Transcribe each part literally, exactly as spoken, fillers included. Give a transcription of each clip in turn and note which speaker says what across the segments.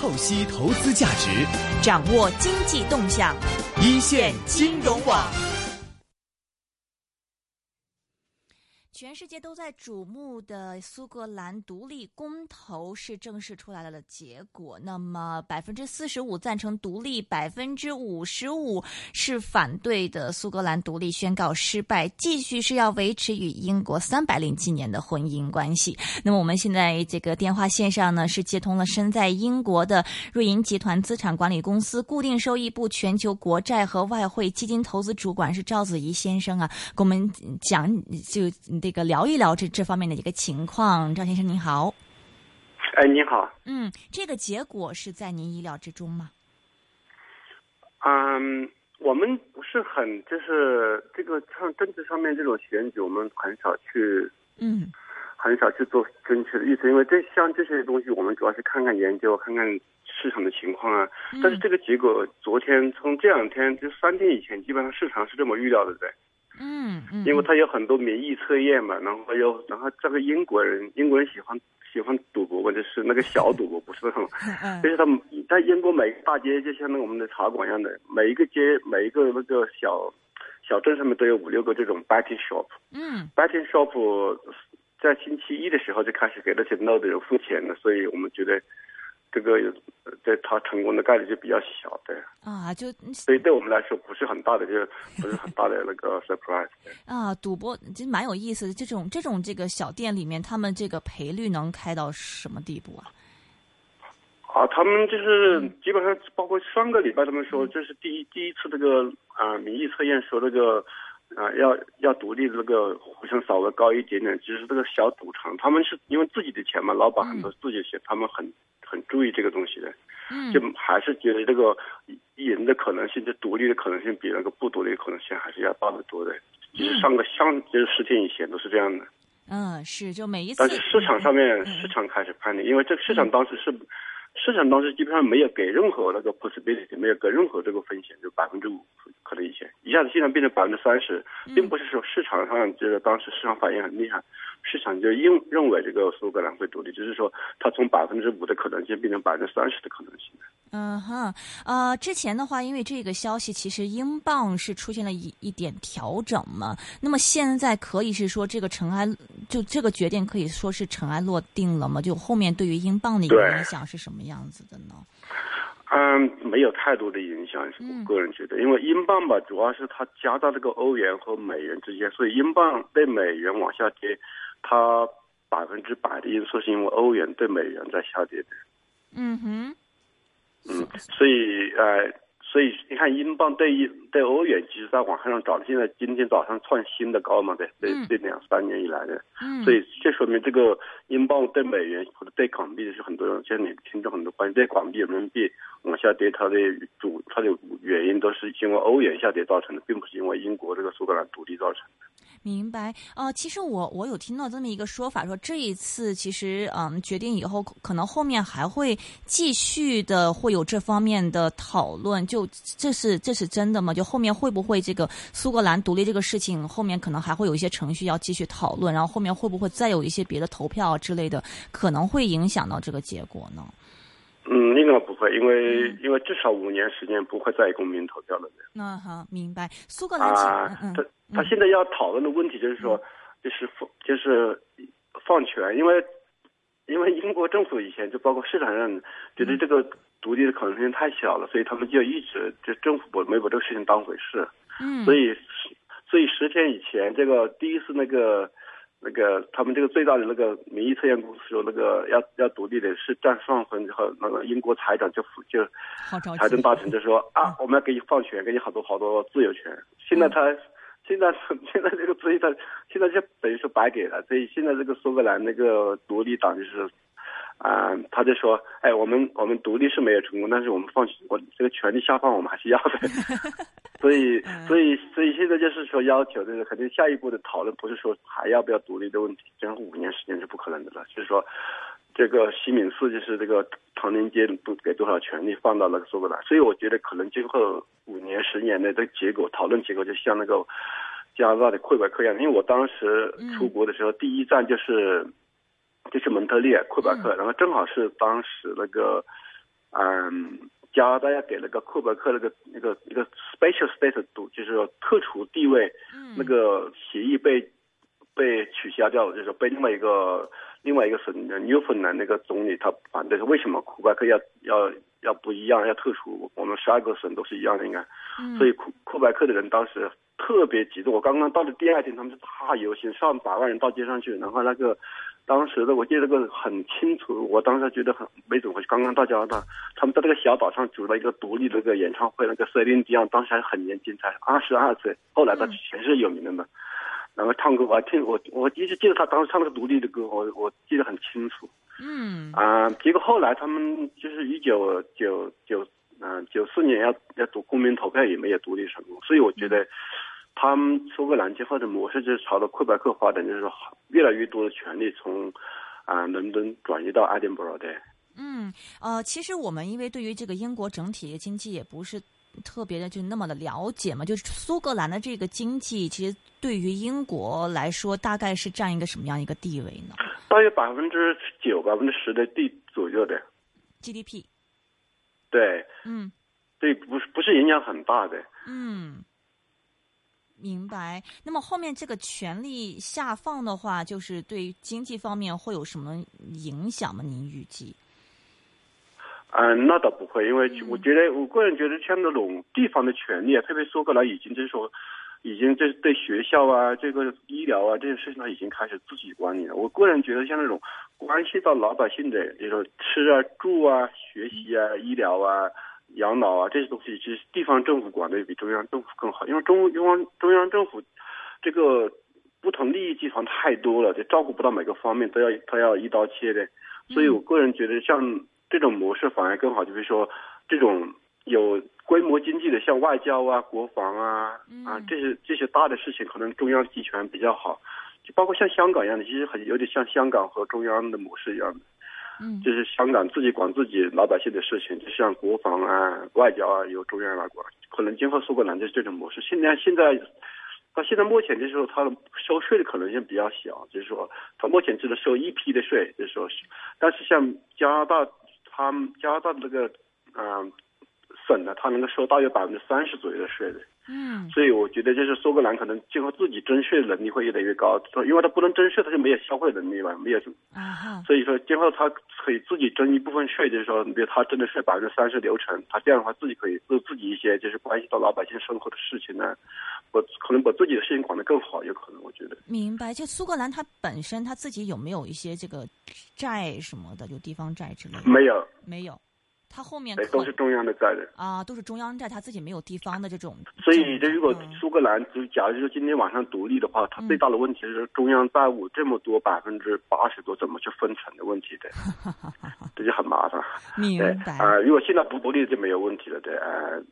Speaker 1: 透析投资价值，
Speaker 2: 掌握经济动向，
Speaker 1: 一线金融网。
Speaker 2: 全世界都在瞩目的苏格兰独立公投是正式出来了的结果，那么百分之四十五赞成独立，百分之五十五是反对的。苏格兰独立宣告失败，继续是要维持与英国三百零七年的婚姻关系。那么我们现在这个电话线上呢，是接通了身在英国的瑞银集团资产管理公司固定收益部全球国债和外汇基金投资主管是赵子怡先生啊，跟我们讲就这个聊一聊这这方面的一个情况。赵先生您好。
Speaker 3: 哎，你好。
Speaker 2: 嗯，这个结果是在您意料之中吗？
Speaker 3: 嗯，我们不是很就是这个上政治上面这种选举，我们很少去
Speaker 2: 嗯
Speaker 3: 很少去做正确的预测，因为这像这些东西，我们主要是看看研究，看看市场的情况啊。
Speaker 2: 嗯、
Speaker 3: 但是这个结果，昨天从这两天就三天以前，基本上市场是这么预料的，对。
Speaker 2: 嗯嗯，
Speaker 3: 因为他有很多民意测验嘛，然后有，然后这个英国人，英国人喜欢喜欢赌博嘛，就是那个小赌博，不是那种，就是他们在英国每个大街就像那个我们的茶馆一样的，每一个街每一个那个小小镇上面都有五六个这种 betting shop。
Speaker 2: 嗯
Speaker 3: betting shop 在星期一的时候就开始给那些 no 的人付钱了，所以我们觉得这个对他成功的概率就比较小的
Speaker 2: 啊，就
Speaker 3: 所以对我们来说不是很大的，就不是很大的那个 surprise
Speaker 2: 啊。赌博其实蛮有意思的，这种这种这个小店里面，他们这个赔率能开到什么地步啊？
Speaker 3: 啊，他们就是基本上包括上个礼拜他们说，这是第一第一次这个啊、呃、民意测验说那个啊、呃、要要独立的那个呼声稍微高一点点，只是这个小赌场，他们是因为自己的钱嘛，老板很多自己的钱，他们很很注意这个东西的。就还是觉得这个赢的可能性，就独立的可能性比那个不独立的可能性还是要大得多的。其实上个上就是十天以前都是这样的。
Speaker 2: 嗯，是就每一次。
Speaker 3: 但是市场上面、嗯、市场开始判定，因为这个市场当时是、嗯、市场当时基本上没有给任何那个 possibility， 没有给任何这个风险，就百分之五可能以前一下子现在变成百分之三十，并不是说市场上这个当时市场反应很厉害。市场就认认为这个苏格兰会独立，就是说它从百分之五的可能性变成百分之三十的可能性。
Speaker 2: 嗯哼，呃，之前的话，因为这个消息，其实英镑是出现了一一点调整嘛。那么现在可以是说这个尘埃，就这个决定可以说是尘埃落定了吗？就后面对于英镑的一个影响是什么样子的呢？
Speaker 3: 嗯，没有太多的影响，我个人觉得，因为英镑吧，主要是它夹在这个欧元和美元之间，所以英镑对美元往下跌。它百分之百的因素是因为欧元对美元在下跌的。
Speaker 2: 嗯哼。
Speaker 3: 嗯，所以呃，所以你看，英镑对对欧元其实在往上涨，现在今天早上创新的高嘛，对，对，这两三年以来的。嗯。所以这说明这个英镑对美元或者对港币的是很多人，现在你听众很多关于对港币、人民币往下跌，它的主它的原因都是因为欧元下跌造成的，并不是因为英国这个苏格兰独立造成的。
Speaker 2: 明白。呃，其实我我有听到这么一个说法，说这一次其实嗯决定以后，可能后面还会继续的会有这方面的讨论。就这是这是真的吗？就后面会不会这个苏格兰独立这个事情，后面可能还会有一些程序要继续讨论，然后后面会不会再有一些别的投票之类的，可能会影响到这个结果呢？
Speaker 3: 嗯，应该不会，因为、嗯、因为至少五年时间不会再公民投票了的。
Speaker 2: 那好，明白。苏格兰
Speaker 3: 啊，
Speaker 2: 嗯，
Speaker 3: 他他现在要讨论的问题就是说，嗯、就是就是放权，因为因为英国政府以前就包括市场上觉得这个独立的可能性太小了，所以他们就一直就政府没把这个事情当回事。嗯，所以所以十天以前，这个第一次那个。那个他们这个最大的那个民意测验公司说，那个要要独立的是占上风之后，那个英国财长就就财政大臣就说啊，我们要给你放权，给你好多好多自由权。现在他、嗯、现在现在这个自由他现在就等于说白给了，所以现在这个苏格兰那个独立党就是啊、呃，他就说，哎，我们我们独立是没有成功，但是我们放我这个权力下放我们还是要的。所以，所以，所以现在就是说，要求这个肯定下一步的讨论不是说还要不要独立的问题，这样五年时间是不可能的了。就是说，这个西敏寺就是这个唐宁街不给多少权利放到那个苏格兰，所以我觉得可能今后五年、十年的这个结果讨论结果就像那个加拿大的魁北克一样，因为我当时出国的时候，嗯、第一站就是就是蒙特利尔魁北克，嗯、然后正好是当时那个。 嗯，加拿大要给那个魁北克那个那个那个 special status， 就是说特殊地位，
Speaker 2: 嗯，
Speaker 3: 那个协议被被取消掉了，就是被另外一个另外一个省纽芬兰那个总理他反对，为什么魁北克要要要不一样，要特殊？我们十二个省都是一样的，应该。
Speaker 2: 嗯，
Speaker 3: 所以魁魁北克的人当时特别激动。我刚刚到了第二天，他们是大游行，上百万人到街上去，然后那个。当时的我记得这个很清楚，我当时觉得很没怎么回事。刚刚到加拿大，他们在这个小岛上组了一个独立的一个演唱会，那个Celine Dion当时还很年轻，才二十二岁，后来他全是有名的嘛。然后唱歌，我还听我我一直记得他当时唱那个独立的歌，我我记得很清楚。
Speaker 2: 嗯
Speaker 3: 啊、呃，结果后来他们就是一九九九嗯九四年要要读公民投票也没有独立成功，所以我觉得。他们苏格兰今后的模式就是朝着魁北克发展，就是说越来越多的权利从啊、呃、伦敦转移到爱丁堡的。
Speaker 2: 嗯，呃，其实我们因为对于这个英国整体的经济也不是特别的就那么的了解嘛，就是苏格兰的这个经济，其实对于英国来说，大概是占一个什么样一个地位呢？
Speaker 3: 大约百分之九、百分之十的地左右的
Speaker 2: G D P。
Speaker 3: 对，
Speaker 2: 嗯，
Speaker 3: 对，不是不是影响很大的。
Speaker 2: 嗯。明白。那么后面这个权力下放的话，就是对于经济方面会有什么影响吗？您预计？
Speaker 3: 嗯、呃，那倒不会，因为我觉得，我个人觉得，像那种地方的权利啊，特别苏格兰已经就是说，已经就是对学校啊、这个医疗啊这些事情，他已经开始自己管理了。我个人觉得，像那种关系到老百姓的，比如说吃啊、住啊、学习啊、医疗啊。养老啊，这些东西其实地方政府管的比中央政府更好，因为中央中央政府这个不同利益集团太多了，就照顾不到每个方面，都要都要一刀切的。所以我个人觉得像这种模式反而更好，就是说这种有规模经济的，像外交啊、国防啊啊这些这些大的事情，可能中央集权比较好。就包括像香港一样的，其实很有点像香港和中央的模式一样的。
Speaker 2: 嗯，
Speaker 3: 就是香港自己管自己老百姓的事情，就像国防啊、外交啊，由中央来管。可能今后苏格兰就是这种模式。现在现在，到现在目前就是说，它的收税的可能性比较小，就是说，它目前只能收一批的税，就是说，但是像加拿大，他们加拿大的这个嗯、呃、省呢，它能够收大约百分之三十左右的税的。
Speaker 2: 嗯，
Speaker 3: 所以我觉得就是苏格兰可能今后自己征税的能力会越来越高，因为它不能征税，它就没有消费能力嘛，没有什么。
Speaker 2: 啊，
Speaker 3: 所以说今后它可以自己征一部分税，就是说，比如它征的税百分之三十流程，它这样的话自己可以做自己一些就是关系到老百姓生活的事情呢，我可能把自己的事情管得更好，有可能我觉得。
Speaker 2: 明白。就苏格兰它本身它自己有没有一些这个债什么的，就地方债之类的？
Speaker 3: 没有，
Speaker 2: 没有。它后面
Speaker 3: 都是中央的债的
Speaker 2: 啊，都是中央债，它自己没有地方的这种。
Speaker 3: 所以，如果苏格兰就假如说今天晚上独立的话，它最大的问题是中央债务这么多，百分之八十多怎么去分成的问题的，这就很麻烦。
Speaker 2: 明白
Speaker 3: 啊、呃，如果现在不独立就没有问题了，对啊。呃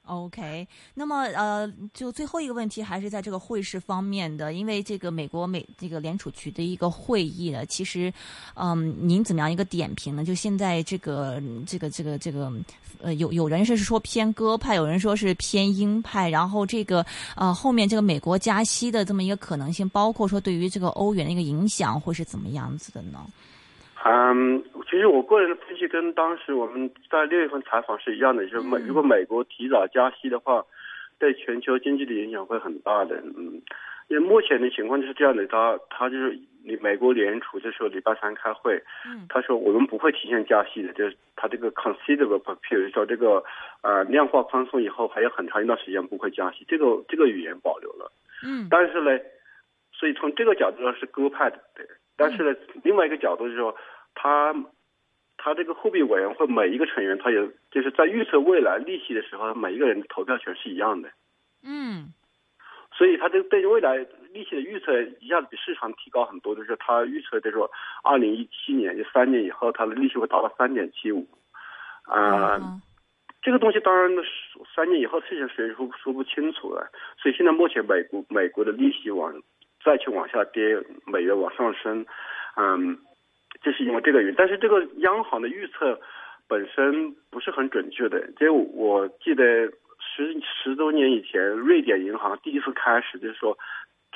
Speaker 2: OK， 那么呃，就最后一个问题还是在这个汇市方面的，因为这个美国美这个联储局的一个会议呢，其实，嗯，您怎么样一个点评呢？就现在这个这个这个这个，呃，有有人是说偏鸽派，有人说是偏鹰派，然后这个呃后面这个美国加息的这么一个可能性，包括说对于这个欧元的一个影响会是怎么样子的呢？
Speaker 3: 嗯，其实我个人的分析跟当时我们在六月份采访是一样的，就是美如果美国提早加息的话，对全球经济的影响会很大的。嗯，因为目前的情况就是这样的，他他就是你美国联储这时候礼拜三开会，他说我们不会提前加息的，就是他这个 considerable， 比如说这个呃量化宽松以后还有很长一段时间不会加息，这个这个语言保留了。
Speaker 2: 嗯，
Speaker 3: 但是呢，所以从这个角度上是鸽派的，对。但是呢，另外一个角度就是说，他他这个货币委员会每一个成员，他有就是在预测未来利息的时候，每一个人的投票权是一样的。
Speaker 2: 嗯，
Speaker 3: 所以他这个对未来利息的预测一下子比市场提高很多，就是他预测就是说，二零一七年就三年以后，它的利息会达到三点七五，啊，这个东西当然的三年以后事情谁说说不清楚了。所以现在目前美国美国的利息往再去往下跌，美元往上升，嗯，这是因为这个原因。但是这个央行的预测本身不是很准确的。这我记得十十多年以前，瑞典银行第一次开始就是说提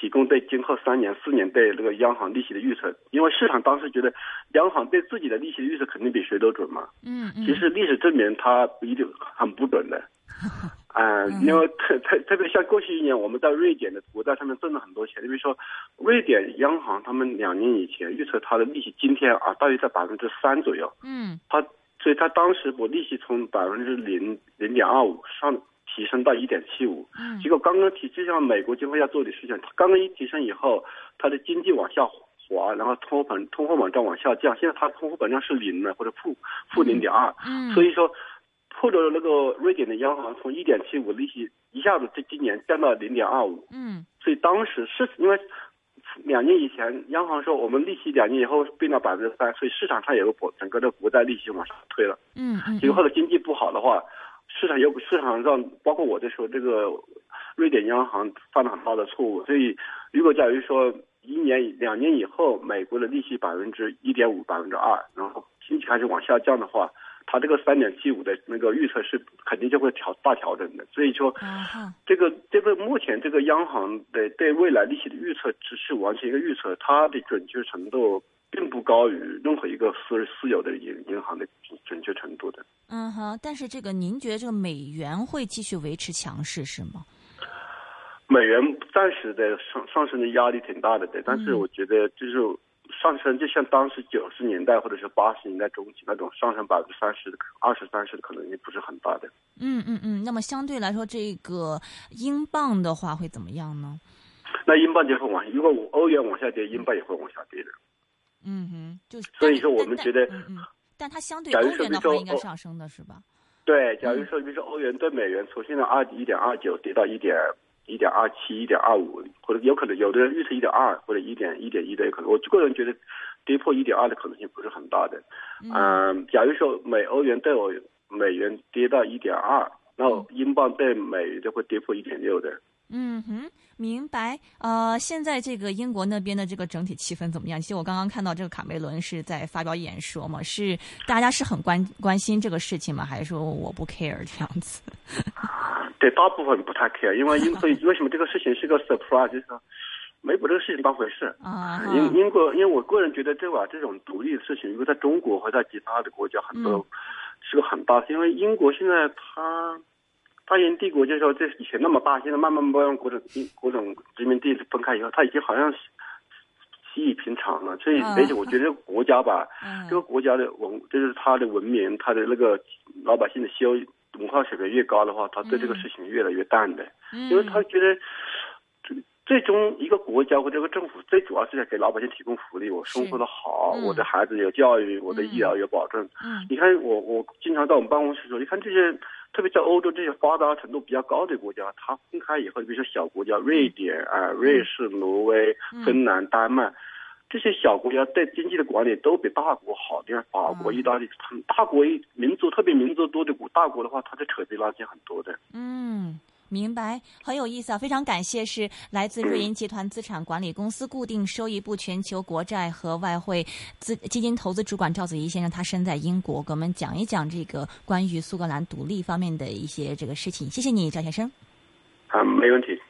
Speaker 3: 提供对今后三年、四年对那个央行利息的预测，因为市场当时觉得央行对自己的利息的预测肯定比谁都准嘛。
Speaker 2: 嗯嗯。
Speaker 3: 其实历史证明它一定很不准的。啊、呃，因为特特特别像过去一年我们在瑞典的国债上面挣了很多钱，比如说瑞典央行他们两年以前预测它的利息今天啊大约在百分之三左右。
Speaker 2: 嗯。
Speaker 3: 它所以它当时把利息从百分之零零点二五上提升到一点七五。
Speaker 2: 嗯。
Speaker 3: 结果刚刚提，就像美国今后要做的事情，它刚刚一提升以后，它的经济往下滑，然后通货膨通货膨胀往下降，现在它通货膨胀是零了或者负负零点二。
Speaker 2: 嗯。
Speaker 3: 所以说。或者那个瑞典的央行从一点七五利息一下子这今年降到零点二五，
Speaker 2: 嗯，
Speaker 3: 所以当时是因为两年以前央行说我们利息两年以后变到百分之三，所以市场上也有把整个的国债利息往上推了，
Speaker 2: 嗯嗯，
Speaker 3: 结果后来经济不好的话，市场有市场上包括我在说这个瑞典央行犯了很大的错误，所以如果假如说一年两年以后美国的利息百分之一点五百分之二，然后经济开始往下降的话。它这个三点七五的那个预测是肯定就会调大调整的，所以说，这个这个目前这个央行的对未来利息的预测只是完全一个预测，它的准确程度并不高于任何一个私私有的银银行的准确程度的。
Speaker 2: 嗯哼，但是这个您觉得这个美元会继续维持强势是吗？
Speaker 3: 美元暂时的上上升的压力挺大的，对，但是我觉得就是。上升就像当时九十年代或者是八十年代中期那种上升百分之三十的、二十三十的可能性不是很大的。
Speaker 2: 嗯嗯嗯。那么相对来说，这个英镑的话会怎么样呢？
Speaker 3: 那英镑就会往，如果欧元往下跌，英镑也会往下跌的。
Speaker 2: 嗯哼，就
Speaker 3: 所以说我们觉得，
Speaker 2: 嗯嗯，但它相对欧元的话应该上升的是吧？
Speaker 3: 对，假如说比如说欧元对美元从现在二一点二九跌到一点。一点二七、一点二五，或者有可能有的人预测一点二或者一点一点一的有可能。我个人觉得跌破一点二的可能性不是很大的。嗯、呃，假如说美欧元对我美元跌到一点二，然后英镑对美元就会跌破一点六的。
Speaker 2: 嗯哼，明白。呃，现在这个英国那边的这个整体气氛怎么样？其实我刚刚看到这个卡梅伦是在发表演说嘛，是大家是很关关心这个事情吗？还是说我不 care 这样子？
Speaker 3: 对，大部分不太 care， 因为英所以为什么这个事情是个 surprise， 就是说没把这个事情当回事
Speaker 2: 啊。
Speaker 3: 英英国，因为我个人觉得这把这种独立的事情，如果在中国或在其他的国家，很多、嗯、是个很大的，因为英国现在它。大英帝国就是说，这以前那么大，现在慢慢慢慢各种各种殖民地分开以后，它已经好像习以平常了。所以，而且我觉得国家吧，嗯、这个国家的文，就是它的文明，它的那个老百姓的修文化水平越高的话，他对这个事情越来越淡的，嗯、因为他觉得最终一个国家或者一个政府最主要是在给老百姓提供福利，我生活的好，嗯、我的孩子有教育，我的医疗有保证。
Speaker 2: 嗯、
Speaker 3: 你看我我经常在我们办公室说，你看这些。特别在欧洲这些发达程度比较高的国家，它分开以后，比如说小国家，瑞典啊、瑞士、挪威、芬兰、丹麦，这些小国家对经济的管理都比大国好。你看法国、意大利，很大国民族特别民族多的国大国的话，它的扯皮垃圾很多的。
Speaker 2: 嗯。明白，很有意思啊！非常感谢，是来自瑞银集团资产管理公司固定收益部全球国债和外汇资基金投资主管赵子怡先生，他身在英国，给我们讲一讲这个关于苏格兰独立方面的一些这个事情。谢谢你，赵先生。
Speaker 3: 啊，没问题。